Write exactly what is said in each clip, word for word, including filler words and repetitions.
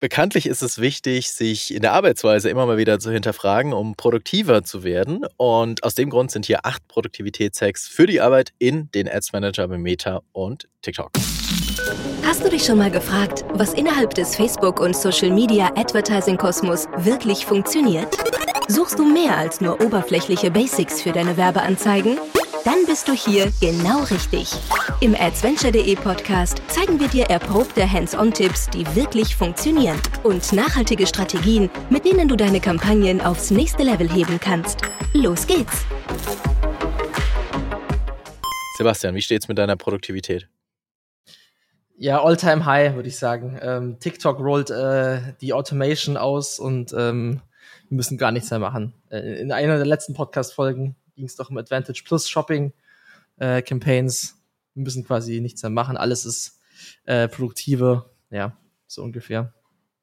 bekanntlich ist es wichtig, sich in der Arbeitsweise immer mal wieder zu hinterfragen, um produktiver zu werden. Und aus dem Grund sind hier acht Produktivitätshacks für die Arbeit in den Ads Manager bei Meta und TikTok. Hast du dich schon mal gefragt, was innerhalb des Facebook- und Social-Media-Advertising-Kosmos wirklich funktioniert? Suchst du mehr als nur oberflächliche Basics für deine Werbeanzeigen? Dann bist du hier genau richtig. Im Adventure punkt de Podcast zeigen wir dir erprobte Hands-on-Tipps, die wirklich funktionieren und nachhaltige Strategien, mit denen du deine Kampagnen aufs nächste Level heben kannst. Los geht's! Sebastian, wie steht's mit deiner Produktivität? Ja, all-time high, würde ich sagen. Ähm, TikTok rollt äh, die Automation aus und ähm, wir müssen gar nichts mehr machen. Äh, in einer der letzten Podcast-Folgen ging es doch um Advantage Plus Shopping äh, Campaigns. Wir müssen quasi nichts mehr machen. Alles ist äh, produktiver. Ja, so ungefähr.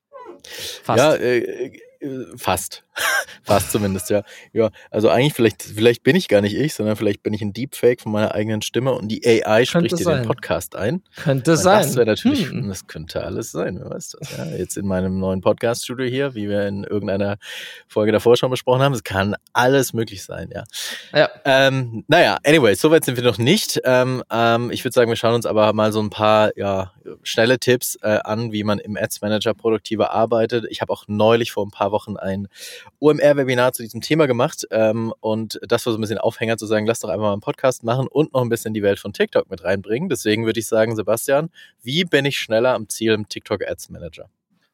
Fast. Ja, äh, äh, fast. Fast zumindest, ja. Ja, also eigentlich vielleicht, vielleicht bin ich gar nicht ich, sondern vielleicht bin ich ein Deepfake von meiner eigenen Stimme und die A I spricht dir den Podcast ein. Könnte sein. Das wäre natürlich, hm. das könnte alles sein, wer weiß das. Ja, jetzt in meinem neuen Podcast-Studio hier, wie wir in irgendeiner Folge davor schon besprochen haben, es kann alles möglich sein, ja. Ja. Ähm, naja, anyway, soweit sind wir noch nicht. Ähm, ähm, ich würde sagen, wir schauen uns aber mal so ein paar, ja, schnelle Tipps äh, an, wie man im Ads Manager produktiver arbeitet. Ich habe auch neulich vor ein paar Wochen ein O M R-Webinar zu diesem Thema gemacht ähm, und das war so ein bisschen Aufhänger zu sagen, lass doch einfach mal einen Podcast machen und noch ein bisschen die Welt von TikTok mit reinbringen. Deswegen würde ich sagen, Sebastian, wie bin ich schneller am Ziel im TikTok Ads Manager?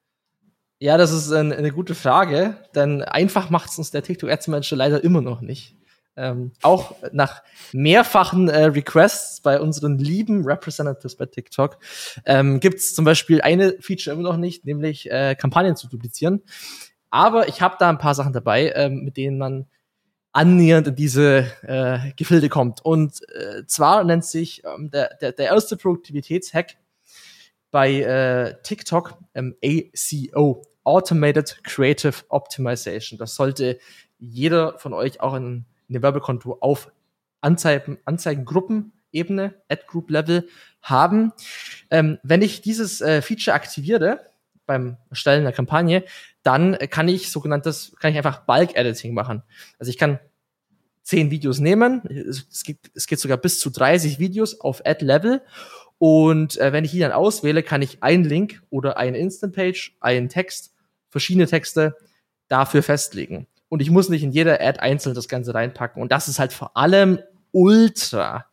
Ja, das ist eine, eine gute Frage, denn einfach macht es uns der TikTok Ads Manager leider immer noch nicht. Ähm, auch nach mehrfachen äh, Requests bei unseren lieben Representatives bei TikTok ähm, gibt es zum Beispiel eine Feature immer noch nicht, nämlich äh, Kampagnen zu duplizieren. Aber ich habe da ein paar Sachen dabei, ähm, mit denen man annähernd in diese äh, Gefilde kommt. Und äh, zwar nennt sich ähm, der, der, der erste Produktivitätshack bei äh, TikTok ähm, A C O, Automated Creative Optimization. Das sollte jeder von euch auch in, in dem Werbekonto auf Anzeigen, Anzeigengruppenebene, Ad-Group-Level haben. Ähm, wenn ich dieses äh, Feature aktiviere beim Erstellen der Kampagne, dann kann ich sogenanntes, kann ich einfach Bulk-Editing machen. Also ich kann zehn Videos nehmen, es geht, es geht sogar bis zu dreißig Videos auf Ad-Level und äh, wenn ich die dann auswähle, kann ich einen Link oder eine Instant-Page, einen Text, verschiedene Texte dafür festlegen. Und ich muss nicht in jeder Ad einzeln das Ganze reinpacken. Und das ist halt vor allem ultra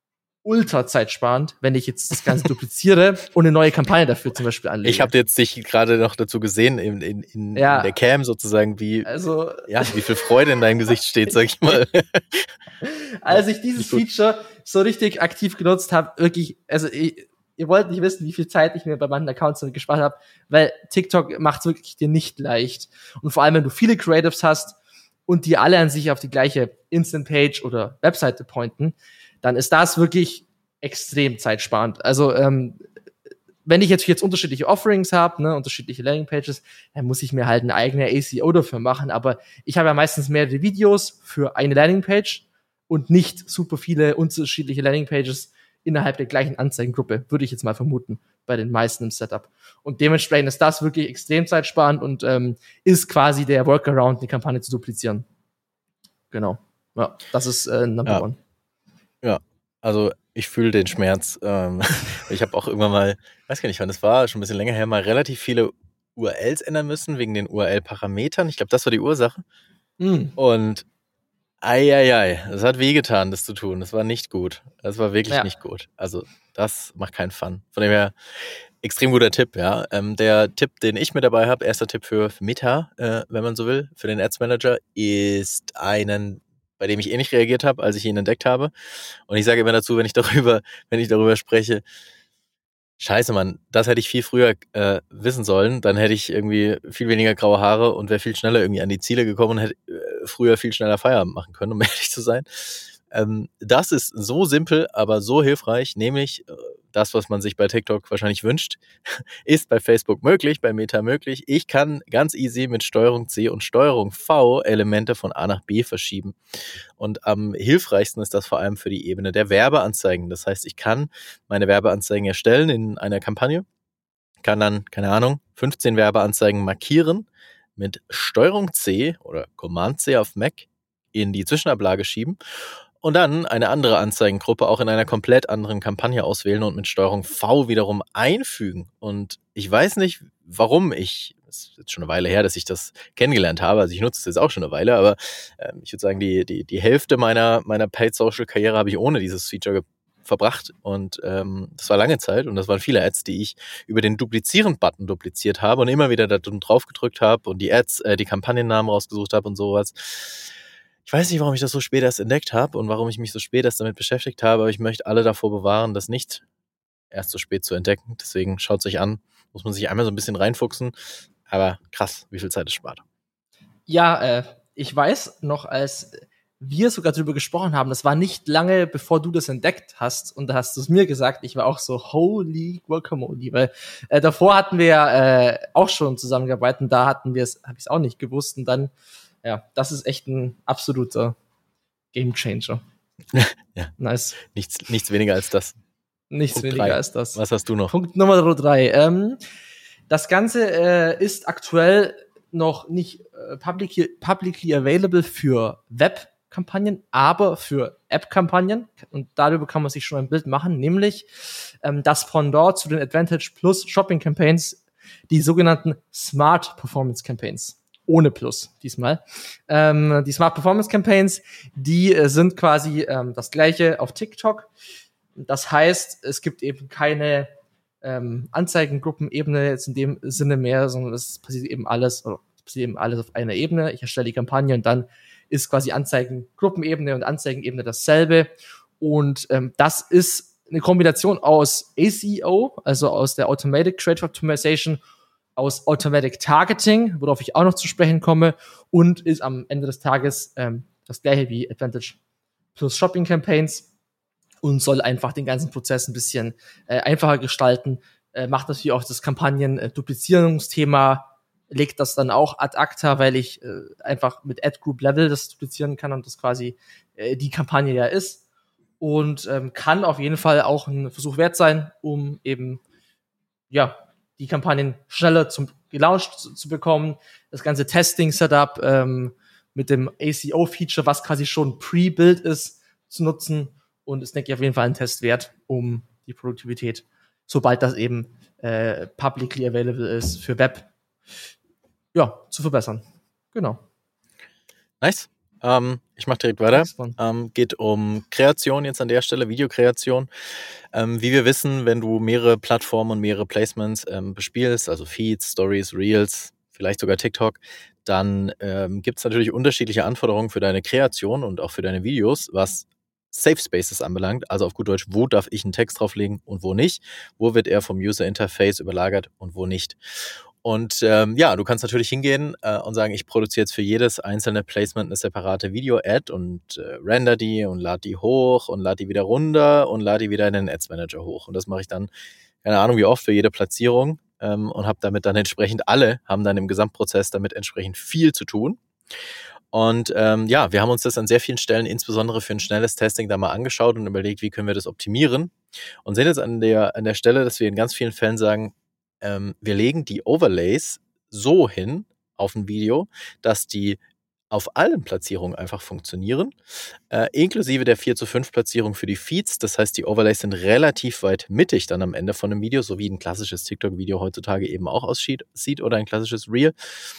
ultra zeitsparend, wenn ich jetzt das Ganze dupliziere und eine neue Kampagne dafür zum Beispiel anlege. Ich habe jetzt dich gerade noch dazu gesehen, in, in, in, ja. in der Cam sozusagen, wie, also, ja, wie viel Freude in deinem Gesicht steht, sag ich mal. Als ich dieses Feature so richtig aktiv genutzt habe, wirklich, also ich, ihr wollt nicht wissen, wie viel Zeit ich mir bei manchen Accounts damit gespart habe, weil TikTok macht es wirklich dir nicht leicht. Und vor allem, wenn du viele Creatives hast und die alle an sich auf die gleiche Instant-Page oder Webseite pointen, dann ist das wirklich extrem zeitsparend. Also ähm, wenn ich jetzt jetzt unterschiedliche Offerings habe, ne, unterschiedliche Landingpages, dann muss ich mir halt eine eigene A C O dafür machen. Aber ich habe ja meistens mehrere Videos für eine Landingpage und nicht super viele unterschiedliche Landingpages innerhalb der gleichen Anzeigengruppe, würde ich jetzt mal vermuten, bei den meisten im Setup. Und dementsprechend ist das wirklich extrem zeitsparend und ähm, ist quasi der Workaround, die Kampagne zu duplizieren. Genau. Ja, das ist äh, Number ja. One. Ja, also ich fühle den Schmerz. Ähm, ich habe auch irgendwann mal, weiß gar nicht wann, das war schon ein bisschen länger her, mal relativ viele U R Ls ändern müssen wegen den U R L-Parametern. Ich glaube, das war die Ursache. Mm. Und eieiei, das hat wehgetan, das zu tun. Das war nicht gut. Das war wirklich ja. nicht gut. Also das macht keinen Fun. Von dem her, extrem guter Tipp, ja. Ähm, der Tipp, den ich mit dabei habe, erster Tipp für Meta, äh, wenn man so will, für den Ads Manager, ist einen, bei dem ich eh nicht reagiert habe, als ich ihn entdeckt habe. Und ich sage immer dazu, wenn ich darüber, wenn ich darüber spreche, scheiße, Mann, das hätte ich viel früher äh, wissen sollen, dann hätte ich irgendwie viel weniger graue Haare und wäre viel schneller irgendwie an die Ziele gekommen und hätte äh, früher viel schneller Feierabend machen können, um ehrlich zu sein. Ähm, das ist so simpel, aber so hilfreich, nämlich äh, das, was man sich bei TikTok wahrscheinlich wünscht, ist bei Facebook möglich, bei Meta möglich. Ich kann ganz easy mit Steuerung C und Steuerung V Elemente von A nach B verschieben. Und am hilfreichsten ist das vor allem für die Ebene der Werbeanzeigen. Das heißt, ich kann meine Werbeanzeigen erstellen in einer Kampagne kann dann, keine Ahnung, fünfzehn Werbeanzeigen markieren, mit Steuerung C oder Command C auf Mac in die Zwischenablage schieben und dann eine andere Anzeigengruppe auch in einer komplett anderen Kampagne auswählen und mit Steuerung V wiederum einfügen. Und ich weiß nicht, warum ich, es ist jetzt schon eine Weile her, dass ich das kennengelernt habe, also ich nutze es jetzt auch schon eine Weile, aber äh, ich würde sagen, die, die, die Hälfte meiner, meiner Paid-Social-Karriere habe ich ohne dieses Feature ge- verbracht und ähm, das war lange Zeit und das waren viele Ads, die ich über den Duplizieren-Button dupliziert habe und immer wieder da drauf gedrückt habe und die Ads, äh, die Kampagnennamen rausgesucht habe und sowas. Ich weiß nicht, warum ich das so spät erst entdeckt habe und warum ich mich so spät erst damit beschäftigt habe, aber ich möchte alle davor bewahren, das nicht erst so spät zu entdecken. Deswegen schaut es euch an, muss man sich einmal so ein bisschen reinfuchsen, aber krass, wie viel Zeit es spart. Ja, äh, ich weiß noch, als wir sogar drüber gesprochen haben, das war nicht lange, bevor du das entdeckt hast und da hast du es mir gesagt, ich war auch so, holy guacamole, weil äh, davor hatten wir ja äh, auch schon zusammengearbeitet und da hatten wir es, habe ich es auch nicht gewusst und dann, ja, das ist echt ein absoluter Gamechanger. Ja, nice. Nichts, nichts weniger als das. Nichts Punkt weniger drei. als das. Was hast du noch? Punkt Nummer drei. Ähm, das Ganze äh, ist aktuell noch nicht äh, publicly, publicly available für Web-Kampagnen, aber für App-Kampagnen. Und darüber kann man sich schon ein Bild machen, nämlich ähm, das Pendant zu den Advantage Plus Shopping Campaigns, die sogenannten Smart Performance Campaigns. Ohne Plus diesmal. Ähm, die Smart Performance Campaigns, die äh, sind quasi ähm, das gleiche auf TikTok. Das heißt, es gibt eben keine ähm, Anzeigengruppenebene jetzt in dem Sinne mehr, sondern es passiert eben alles, oder es passiert eben alles auf einer Ebene. Ich erstelle die Kampagne und dann ist quasi Anzeigengruppenebene und Anzeigenebene dasselbe. Und ähm, das ist eine Kombination aus A C O, also aus der Automatic Trade Optimization, aus Automatic Targeting, worauf ich auch noch zu sprechen komme, und ist am Ende des Tages ähm, das gleiche wie Advantage plus Shopping Campaigns und soll einfach den ganzen Prozess ein bisschen äh, einfacher gestalten, äh, macht natürlich auch das Kampagnen-Duplizierungsthema, legt das dann auch ad acta, weil ich äh, einfach mit Ad-Group-Level das duplizieren kann und das quasi äh, die Kampagne ja ist und ähm, kann auf jeden Fall auch ein Versuch wert sein, um eben, ja, die Kampagnen schneller zum gelauncht zu, zu bekommen. Das ganze Testing-Setup ähm, mit dem A C O-Feature, was quasi schon pre-built ist, zu nutzen. Und ist, denke ich, auf jeden Fall ein Test wert, um die Produktivität, sobald das eben äh, publicly available ist für Web, ja, zu verbessern. Genau. Nice. Ähm, ich mache direkt weiter. Ähm, geht um Kreation jetzt an der Stelle, Videokreation. Ähm, wie wir wissen, wenn du mehrere Plattformen und mehrere Placements ähm, bespielst, also Feeds, Stories, Reels, vielleicht sogar TikTok, dann ähm, gibt es natürlich unterschiedliche Anforderungen für deine Kreation und auch für deine Videos, was Safe Spaces anbelangt. Also auf gut Deutsch, wo darf ich einen Text drauflegen und wo nicht? Wo wird er vom User Interface überlagert und wo nicht? Und ähm, ja, du kannst natürlich hingehen äh, und sagen, ich produziere jetzt für jedes einzelne Placement eine separate Video-Ad und äh, render die und lade die hoch und lade die wieder runter und lade die wieder in den Ads Manager hoch. Und das mache ich dann, keine Ahnung wie oft, für jede Platzierung ähm, und habe damit dann entsprechend, alle haben dann im Gesamtprozess damit entsprechend viel zu tun. Und ähm, ja, wir haben uns das an sehr vielen Stellen, insbesondere für ein schnelles Testing, da mal angeschaut und überlegt, wie können wir das optimieren. Und sehen jetzt an der, an der Stelle, dass wir in ganz vielen Fällen sagen, ähm, wir legen die Overlays so hin auf ein Video, dass die auf allen Platzierungen einfach funktionieren, äh, inklusive der vier zu fünf Platzierung für die Feeds. Das heißt, die Overlays sind relativ weit mittig dann am Ende von einem Video, so wie ein klassisches TikTok-Video heutzutage eben auch aussieht oder ein klassisches Reel.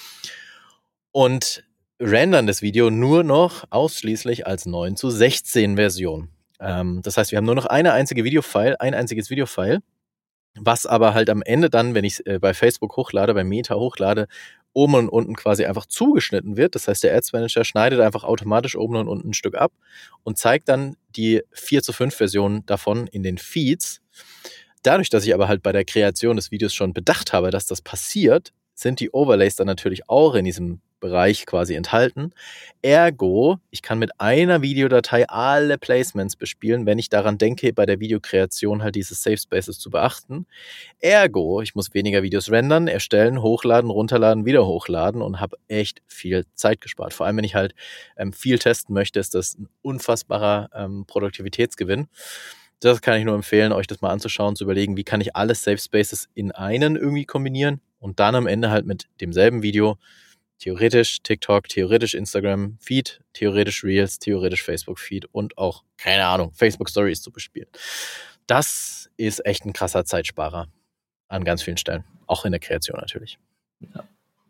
Und rendern das Video nur noch ausschließlich als neun zu sechzehn Version. Ähm, das heißt, wir haben nur noch eine einzige Videofile, ein einziges Videofile, was aber halt am Ende dann, wenn ich es äh, bei Facebook hochlade, bei Meta hochlade, oben und unten quasi einfach zugeschnitten wird. Das heißt, der Ads Manager schneidet einfach automatisch oben und unten ein Stück ab und zeigt dann die vier zu fünf Version davon in den Feeds. Dadurch, dass ich aber halt bei der Kreation des Videos schon bedacht habe, dass das passiert, sind die Overlays dann natürlich auch in diesem Bereich quasi enthalten. Ergo, ich kann mit einer Videodatei alle Placements bespielen, wenn ich daran denke, bei der Videokreation halt diese Safe Spaces zu beachten. Ergo, ich muss weniger Videos rendern, erstellen, hochladen, runterladen, wieder hochladen und habe echt viel Zeit gespart. Vor allem, wenn ich halt ähm, viel testen möchte, ist das ein unfassbarer ähm, Produktivitätsgewinn. das kann ich nur empfehlen, euch das mal anzuschauen, zu überlegen, wie kann ich alle Safe Spaces in einen irgendwie kombinieren und dann am Ende halt mit demselben Video theoretisch TikTok, theoretisch Instagram Feed, theoretisch Reels, theoretisch Facebook Feed und auch, keine Ahnung, Facebook Stories zu bespielen. Das ist echt ein krasser Zeitsparer an ganz vielen Stellen. Auch in der Kreation natürlich. Ja.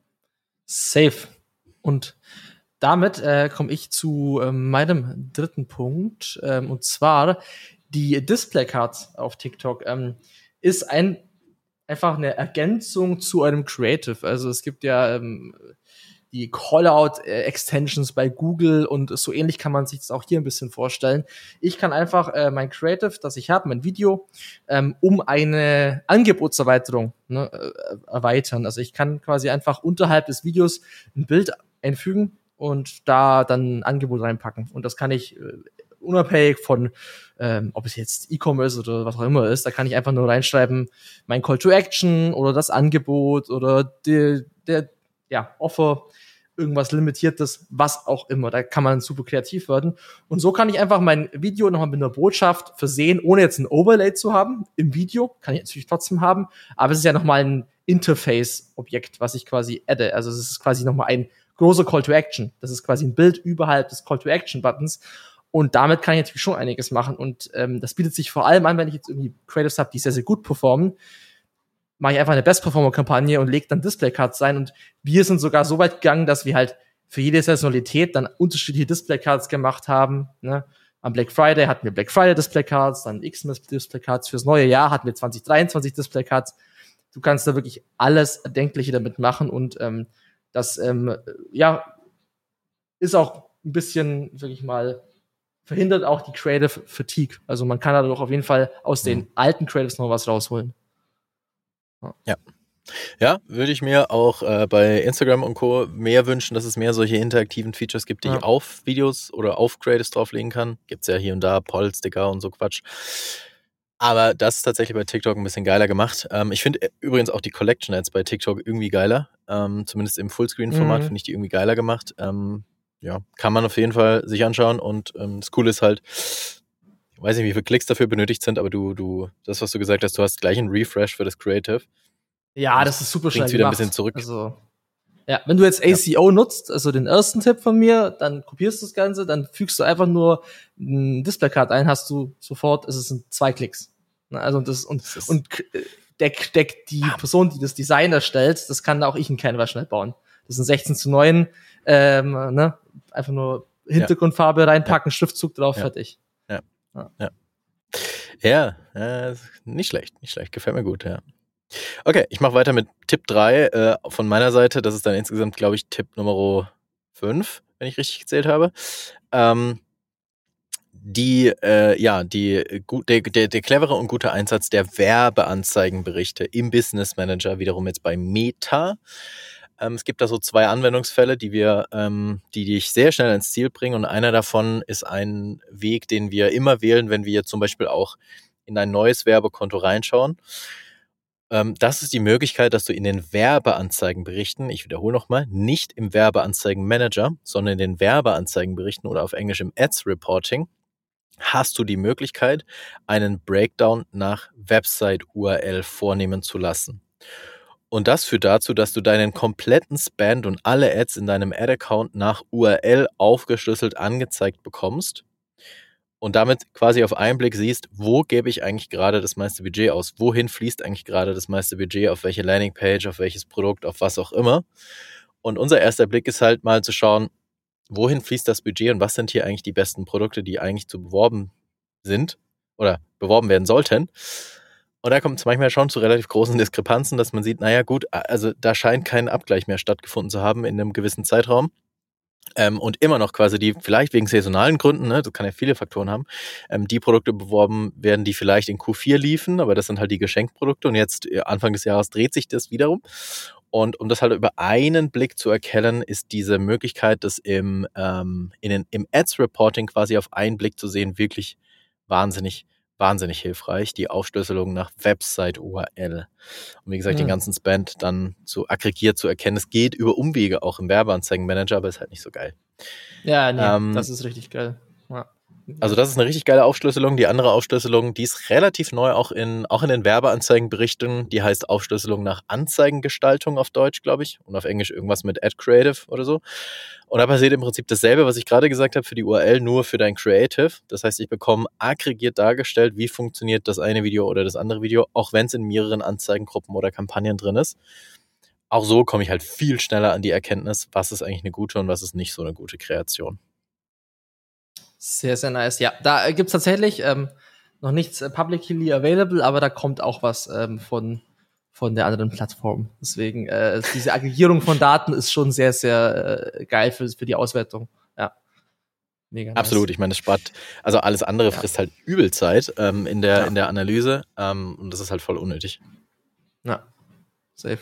Safe. Und damit äh, komme ich zu äh, meinem dritten Punkt. Ähm, und zwar die Display-Cards auf TikTok. Ähm, ist ein einfach eine Ergänzung zu einem Creative. Also es gibt ja ähm, die Callout-Extensions bei Google und so ähnlich kann man sich das auch hier ein bisschen vorstellen. Ich kann einfach äh, mein Creative, das ich habe, mein Video, ähm, um eine Angebotserweiterung ne, äh, erweitern. Also ich kann quasi einfach unterhalb des Videos ein Bild einfügen und da dann ein Angebot reinpacken. Und das kann ich äh, unabhängig von, ähm, ob es jetzt E-Commerce oder was auch immer ist, da kann ich einfach nur reinschreiben, mein Call to Action oder das Angebot oder die, der ja, Offer, irgendwas Limitiertes, was auch immer. Da kann man super kreativ werden. Und so kann ich einfach mein Video nochmal mit einer Botschaft versehen, ohne jetzt ein Overlay zu haben. Im Video kann ich natürlich trotzdem haben, aber es ist ja nochmal ein Interface-Objekt, was ich quasi adde. Also es ist quasi nochmal ein großer Call to Action. Das ist quasi ein Bild überhalb des Call to Action-Buttons. Und damit kann ich natürlich schon einiges machen. Und ähm, das bietet sich vor allem an, wenn ich jetzt irgendwie Creatives habe, die sehr, sehr gut performen, mache ich einfach eine Best-Performer-Kampagne und lege dann Display-Cards rein. Und wir sind sogar so weit gegangen, dass wir halt für jede Saisonalität dann unterschiedliche Display-Cards gemacht haben. Ne? Am Black Friday hatten wir Black Friday Display-Cards, dann Xmas Display-Cards. Fürs neue Jahr hatten wir zwanzig dreiundzwanzig Display-Cards. Du kannst da wirklich alles Erdenkliche damit machen. Und ähm, das ähm, ja ist auch ein bisschen, sag ich mal, verhindert auch die Creative Fatigue. Also man kann da doch auf jeden Fall aus den mhm. alten Creatives noch was rausholen. Ja. Ja, würde ich mir auch äh, bei Instagram und Co. mehr wünschen, dass es mehr solche interaktiven Features gibt, die ja. ich auf Videos oder auf Creatives drauflegen kann. Gibt's ja hier und da, Poll-Sticker und so Quatsch. Aber das ist tatsächlich bei TikTok ein bisschen geiler gemacht. Ähm, ich finde übrigens auch die Collection-Ads bei TikTok irgendwie geiler. Ähm, zumindest im Fullscreen-Format mhm. finde ich die irgendwie geiler gemacht. Ähm, ja, kann man auf jeden Fall sich anschauen. Und ähm, das Coole ist halt, ich weiß nicht, wie viele Klicks dafür benötigt sind, aber du, du, das, was du gesagt hast, du hast gleich einen Refresh für das Creative. Ja, das ist super schnell wieder gemacht. Ein bisschen zurück. Also, ja, wenn du jetzt A C O ja. nutzt, also den ersten Tipp von mir, dann kopierst du das Ganze, dann fügst du einfach nur ein Displaycard ein, hast du sofort, es sind zwei Klicks. Also das und das und der, der, die Person, die das Design erstellt, das kann auch ich in Canva schnell bauen. Das sind sechzehn zu neun, ähm, ne, einfach nur Hintergrundfarbe reinpacken, ja. Schriftzug drauf, ja. fertig. Ja. Ja. Ja. Ja, äh, nicht schlecht, nicht schlecht, gefällt mir gut, ja. Okay, ich mache weiter mit Tipp drei äh, von meiner Seite. Das ist dann insgesamt, glaube ich, Tipp Nummer fünf, wenn ich richtig gezählt habe. Ähm, die, äh, ja, die, der, der, der clevere und gute Einsatz der Werbeanzeigenberichte im Business Manager, wiederum jetzt bei Meta. Ähm, es gibt da so zwei Anwendungsfälle, die wir, ähm, die dich sehr schnell ins Ziel bringen. Und einer davon ist ein Weg, den wir immer wählen, wenn wir zum Beispiel auch in ein neues Werbekonto reinschauen. Das ist die Möglichkeit, dass du in den Werbeanzeigenberichten, ich wiederhole nochmal, nicht im Werbeanzeigenmanager, sondern in den Werbeanzeigenberichten oder auf Englisch im Ads Reporting, hast du die Möglichkeit, einen Breakdown nach Website-U R L vornehmen zu lassen. Und das führt dazu, dass du deinen kompletten Spend und alle Ads in deinem Ad-Account nach U R L aufgeschlüsselt angezeigt bekommst. Und damit quasi auf einen Blick siehst, wo gebe ich eigentlich gerade das meiste Budget aus? Wohin fließt eigentlich gerade das meiste Budget? Auf welche Landingpage, auf welches Produkt, auf was auch immer? Und unser erster Blick ist halt mal zu schauen, wohin fließt das Budget und was sind hier eigentlich die besten Produkte, die eigentlich zu beworben sind oder beworben werden sollten. Und da kommt es manchmal schon zu relativ großen Diskrepanzen, dass man sieht, naja gut, also da scheint kein Abgleich mehr stattgefunden zu haben in einem gewissen Zeitraum. Ähm, und immer noch quasi die, vielleicht wegen saisonalen Gründen, ne, das kann ja viele Faktoren haben, ähm, die Produkte beworben werden, die vielleicht in Q vier liefen, aber das sind halt die Geschenkprodukte und jetzt Anfang des Jahres dreht sich das wiederum. Und um das halt über einen Blick zu erkennen, ist diese Möglichkeit, das im, ähm, in den, im Ads-Reporting quasi auf einen Blick zu sehen, wirklich wahnsinnig wahnsinnig hilfreich, die Aufschlüsselung nach Website-U R L. Und wie gesagt, mhm. den ganzen Spend dann so aggregiert zu erkennen. Es geht über Umwege auch im Werbeanzeigenmanager, aber ist halt nicht so geil. Ja, nee, ähm, das ist richtig geil. Ja. Also das ist eine richtig geile Aufschlüsselung. Die andere Aufschlüsselung, die ist relativ neu, auch in, auch in den Werbeanzeigenberichten. Die heißt Aufschlüsselung nach Anzeigengestaltung auf Deutsch, glaube ich. Und auf Englisch irgendwas mit Ad Creative oder so. Und da passiert im Prinzip dasselbe, was ich gerade gesagt habe für die U R L, nur für dein Creative. Das heißt, ich bekomme aggregiert dargestellt, wie funktioniert das eine Video oder das andere Video, auch wenn es in mehreren Anzeigengruppen oder Kampagnen drin ist. Auch so komme ich halt viel schneller an die Erkenntnis, was ist eigentlich eine gute und was ist nicht so eine gute Kreation. Sehr, sehr nice. Ja, da gibt's tatsächlich ähm, noch nichts äh, publicly available, aber da kommt auch was ähm, von, von der anderen Plattform. Deswegen, äh, diese Aggregierung von Daten ist schon sehr, sehr äh, geil für, für die Auswertung. Ja. Mega nice. Absolut, ich meine, es spart, also alles andere frisst ja. halt übel Zeit ähm, in, der, ja. in der Analyse ähm, und das ist halt voll unnötig. Ja, safe.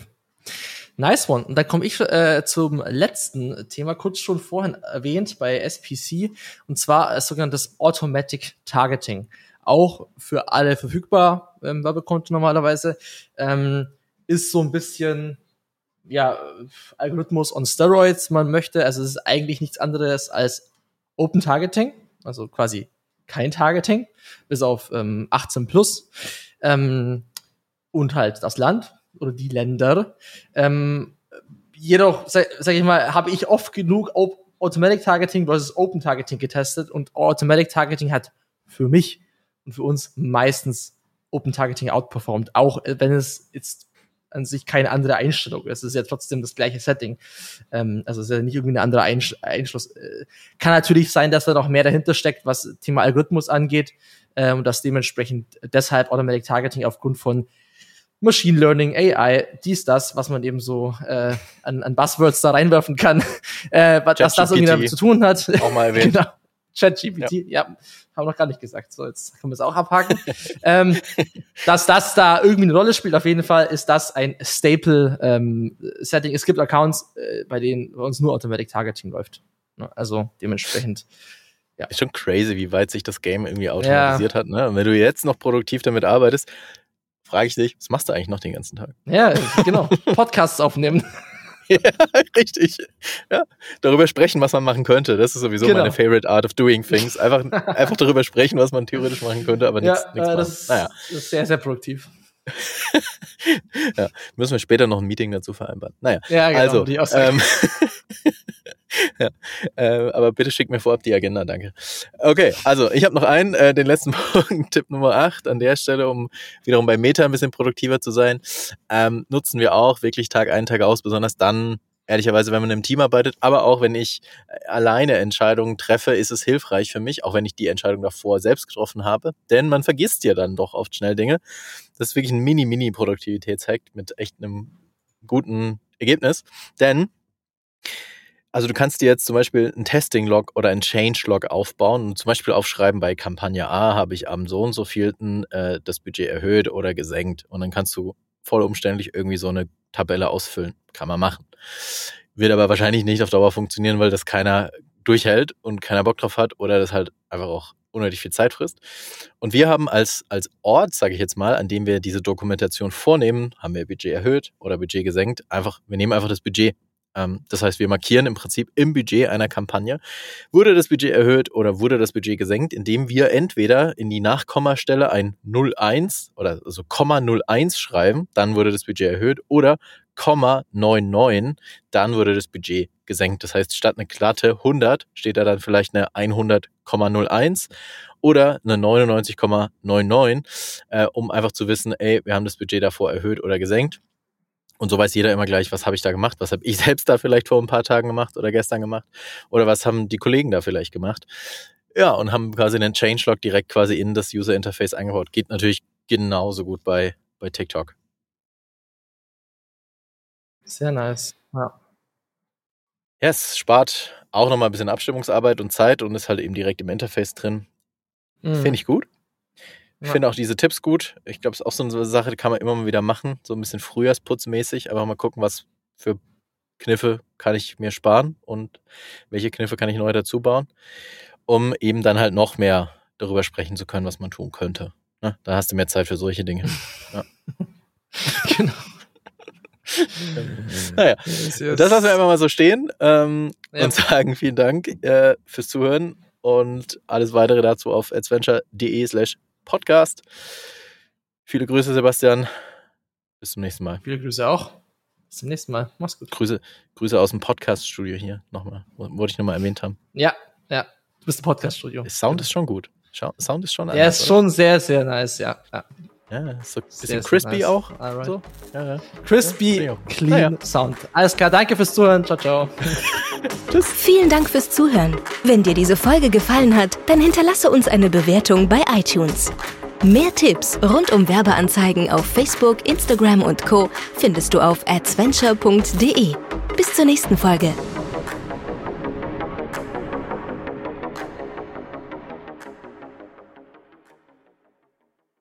Nice one. Und dann komme ich äh, zum letzten Thema, kurz schon vorhin erwähnt bei S P C, und zwar das sogenanntes Automatic Targeting. Auch für alle verfügbar, ähm, Werbekonto normalerweise, ähm, ist so ein bisschen, ja, Algorithmus on Steroids, man möchte. Also es ist eigentlich nichts anderes als Open Targeting, also quasi kein Targeting, bis auf ähm, achtzehn plus ähm, und halt das Land oder die Länder. Ähm, jedoch, sag, sag ich mal, habe ich oft genug Op- Automatic Targeting versus Open Targeting getestet und Automatic Targeting hat für mich und für uns meistens Open Targeting outperformed, auch wenn es jetzt an sich keine andere Einstellung ist. Es ist ja trotzdem das gleiche Setting. Ähm, also es ist ja nicht irgendwie ein anderer Einsch- Einschluss. Äh, kann natürlich sein, dass da noch mehr dahinter steckt, was Thema Algorithmus angeht, äh, und dass dementsprechend deshalb Automatic Targeting aufgrund von Machine Learning, A I, dies, das, was man eben so äh, an, an Buzzwords da reinwerfen kann, äh, was das irgendwie damit zu tun hat. Auch mal erwähnt. Genau. ChatGPT, ja. ja, haben wir noch gar nicht gesagt. So, jetzt können wir es auch abhaken. ähm, dass das da irgendwie eine Rolle spielt, auf jeden Fall ist das ein Staple-Setting. Ähm, es gibt Accounts, äh, bei denen bei uns nur Automatic Targeting läuft. Also dementsprechend, ja. Ist schon crazy, wie weit sich das Game irgendwie automatisiert ja. hat. Ne? Und wenn du jetzt noch produktiv damit arbeitest, frage ich dich, was machst du eigentlich noch den ganzen Tag? Ja, genau. Podcasts aufnehmen. Ja, richtig. Ja, darüber sprechen, was man machen könnte. Das ist sowieso genau. meine favorite art of doing things. Einfach, einfach darüber sprechen, was man theoretisch machen könnte, aber nichts ja, äh, das, naja. das ist sehr, sehr produktiv. Ja, müssen wir später noch ein Meeting dazu vereinbaren. Naja, ja, genau, also, die Aussage. Ähm, ja, äh, aber bitte schick mir vorab die Agenda, danke. Okay, also ich habe noch einen, äh, den letzten Punkt, Tipp Nummer acht an der Stelle, um wiederum bei Meta ein bisschen produktiver zu sein, ähm, nutzen wir auch wirklich Tag ein, Tag aus, besonders dann, ehrlicherweise, wenn man im Team arbeitet, aber auch wenn ich alleine Entscheidungen treffe, ist es hilfreich für mich, auch wenn ich die Entscheidung davor selbst getroffen habe, denn man vergisst ja dann doch oft schnell Dinge. Das ist wirklich ein Mini-Mini-Produktivitätshack mit echt einem guten Ergebnis, denn also du kannst dir jetzt zum Beispiel einen Testing-Log oder einen Change-Log aufbauen und zum Beispiel aufschreiben, bei Kampagne A habe ich am so und so vielten äh, das Budget erhöht oder gesenkt. Und dann kannst du voll umständlich irgendwie so eine Tabelle ausfüllen. Kann man machen. Wird aber wahrscheinlich nicht auf Dauer funktionieren, weil das keiner durchhält und keiner Bock drauf hat oder das halt einfach auch unnötig viel Zeit frisst. Und wir haben als, als Ort, sage ich jetzt mal, an dem wir diese Dokumentation vornehmen, haben wir Budget erhöht oder Budget gesenkt. Einfach, wir nehmen einfach das Budget. Das heißt, wir markieren im Prinzip im Budget einer Kampagne, wurde das Budget erhöht oder wurde das Budget gesenkt, indem wir entweder in die Nachkommastelle ein null eins oder also Komma null eins schreiben, dann wurde das Budget erhöht, oder Komma neunundneunzig, dann wurde das Budget gesenkt. Das heißt, statt eine glatte hundert steht da dann vielleicht eine hundert Komma null eins oder eine neunundneunzig Komma neunundneunzig, äh, um einfach zu wissen, ey, wir haben das Budget davor erhöht oder gesenkt. Und so weiß jeder immer gleich, was habe ich da gemacht, was habe ich selbst da vielleicht vor ein paar Tagen gemacht oder gestern gemacht oder was haben die Kollegen da vielleicht gemacht. Ja, und haben quasi einen Changelog direkt quasi in das User Interface eingebaut. Geht natürlich genauso gut bei, bei TikTok. Sehr nice, ja. Ja, es spart auch nochmal ein bisschen Abstimmungsarbeit und Zeit und ist halt eben direkt im Interface drin. Mhm. Finde ich gut. Ich ja. finde auch diese Tipps gut. Ich glaube, es ist auch so eine Sache, die kann man immer mal wieder machen. So ein bisschen frühjahrsputzmäßig. Aber mal gucken, was für Kniffe kann ich mir sparen und welche Kniffe kann ich neu dazu bauen, um eben dann halt noch mehr darüber sprechen zu können, was man tun könnte. Ne? Da hast du mehr Zeit für solche Dinge. Ja. Genau. Naja, das lassen wir einfach mal so stehen ähm, ja. und sagen vielen Dank äh, fürs Zuhören. und alles weitere dazu auf adventure.de slash podcast. Viele Grüße, Sebastian. Bis zum nächsten Mal. Viele Grüße auch. Bis zum nächsten Mal. Mach's gut. Grüße, Grüße aus dem Podcast-Studio hier nochmal. Wollte ich nochmal erwähnt haben. Ja, ja. Du bist im Podcast-Studio. Der Sound ist schon gut. Sound ist schon anders. Der ist oder? schon sehr, sehr nice, ja. Ja, ja ist so ein bisschen crispy nice. Auch. So. Ja, ja. Crispy, ja, clean ja. Sound. Alles klar, danke fürs Zuhören. Ciao, ciao. Tschüss. Vielen Dank fürs Zuhören. Wenn dir diese Folge gefallen hat, dann hinterlasse uns eine Bewertung bei iTunes. Mehr Tipps rund um Werbeanzeigen auf Facebook, Instagram und Co. findest du auf adventure punkt de. Bis zur nächsten Folge.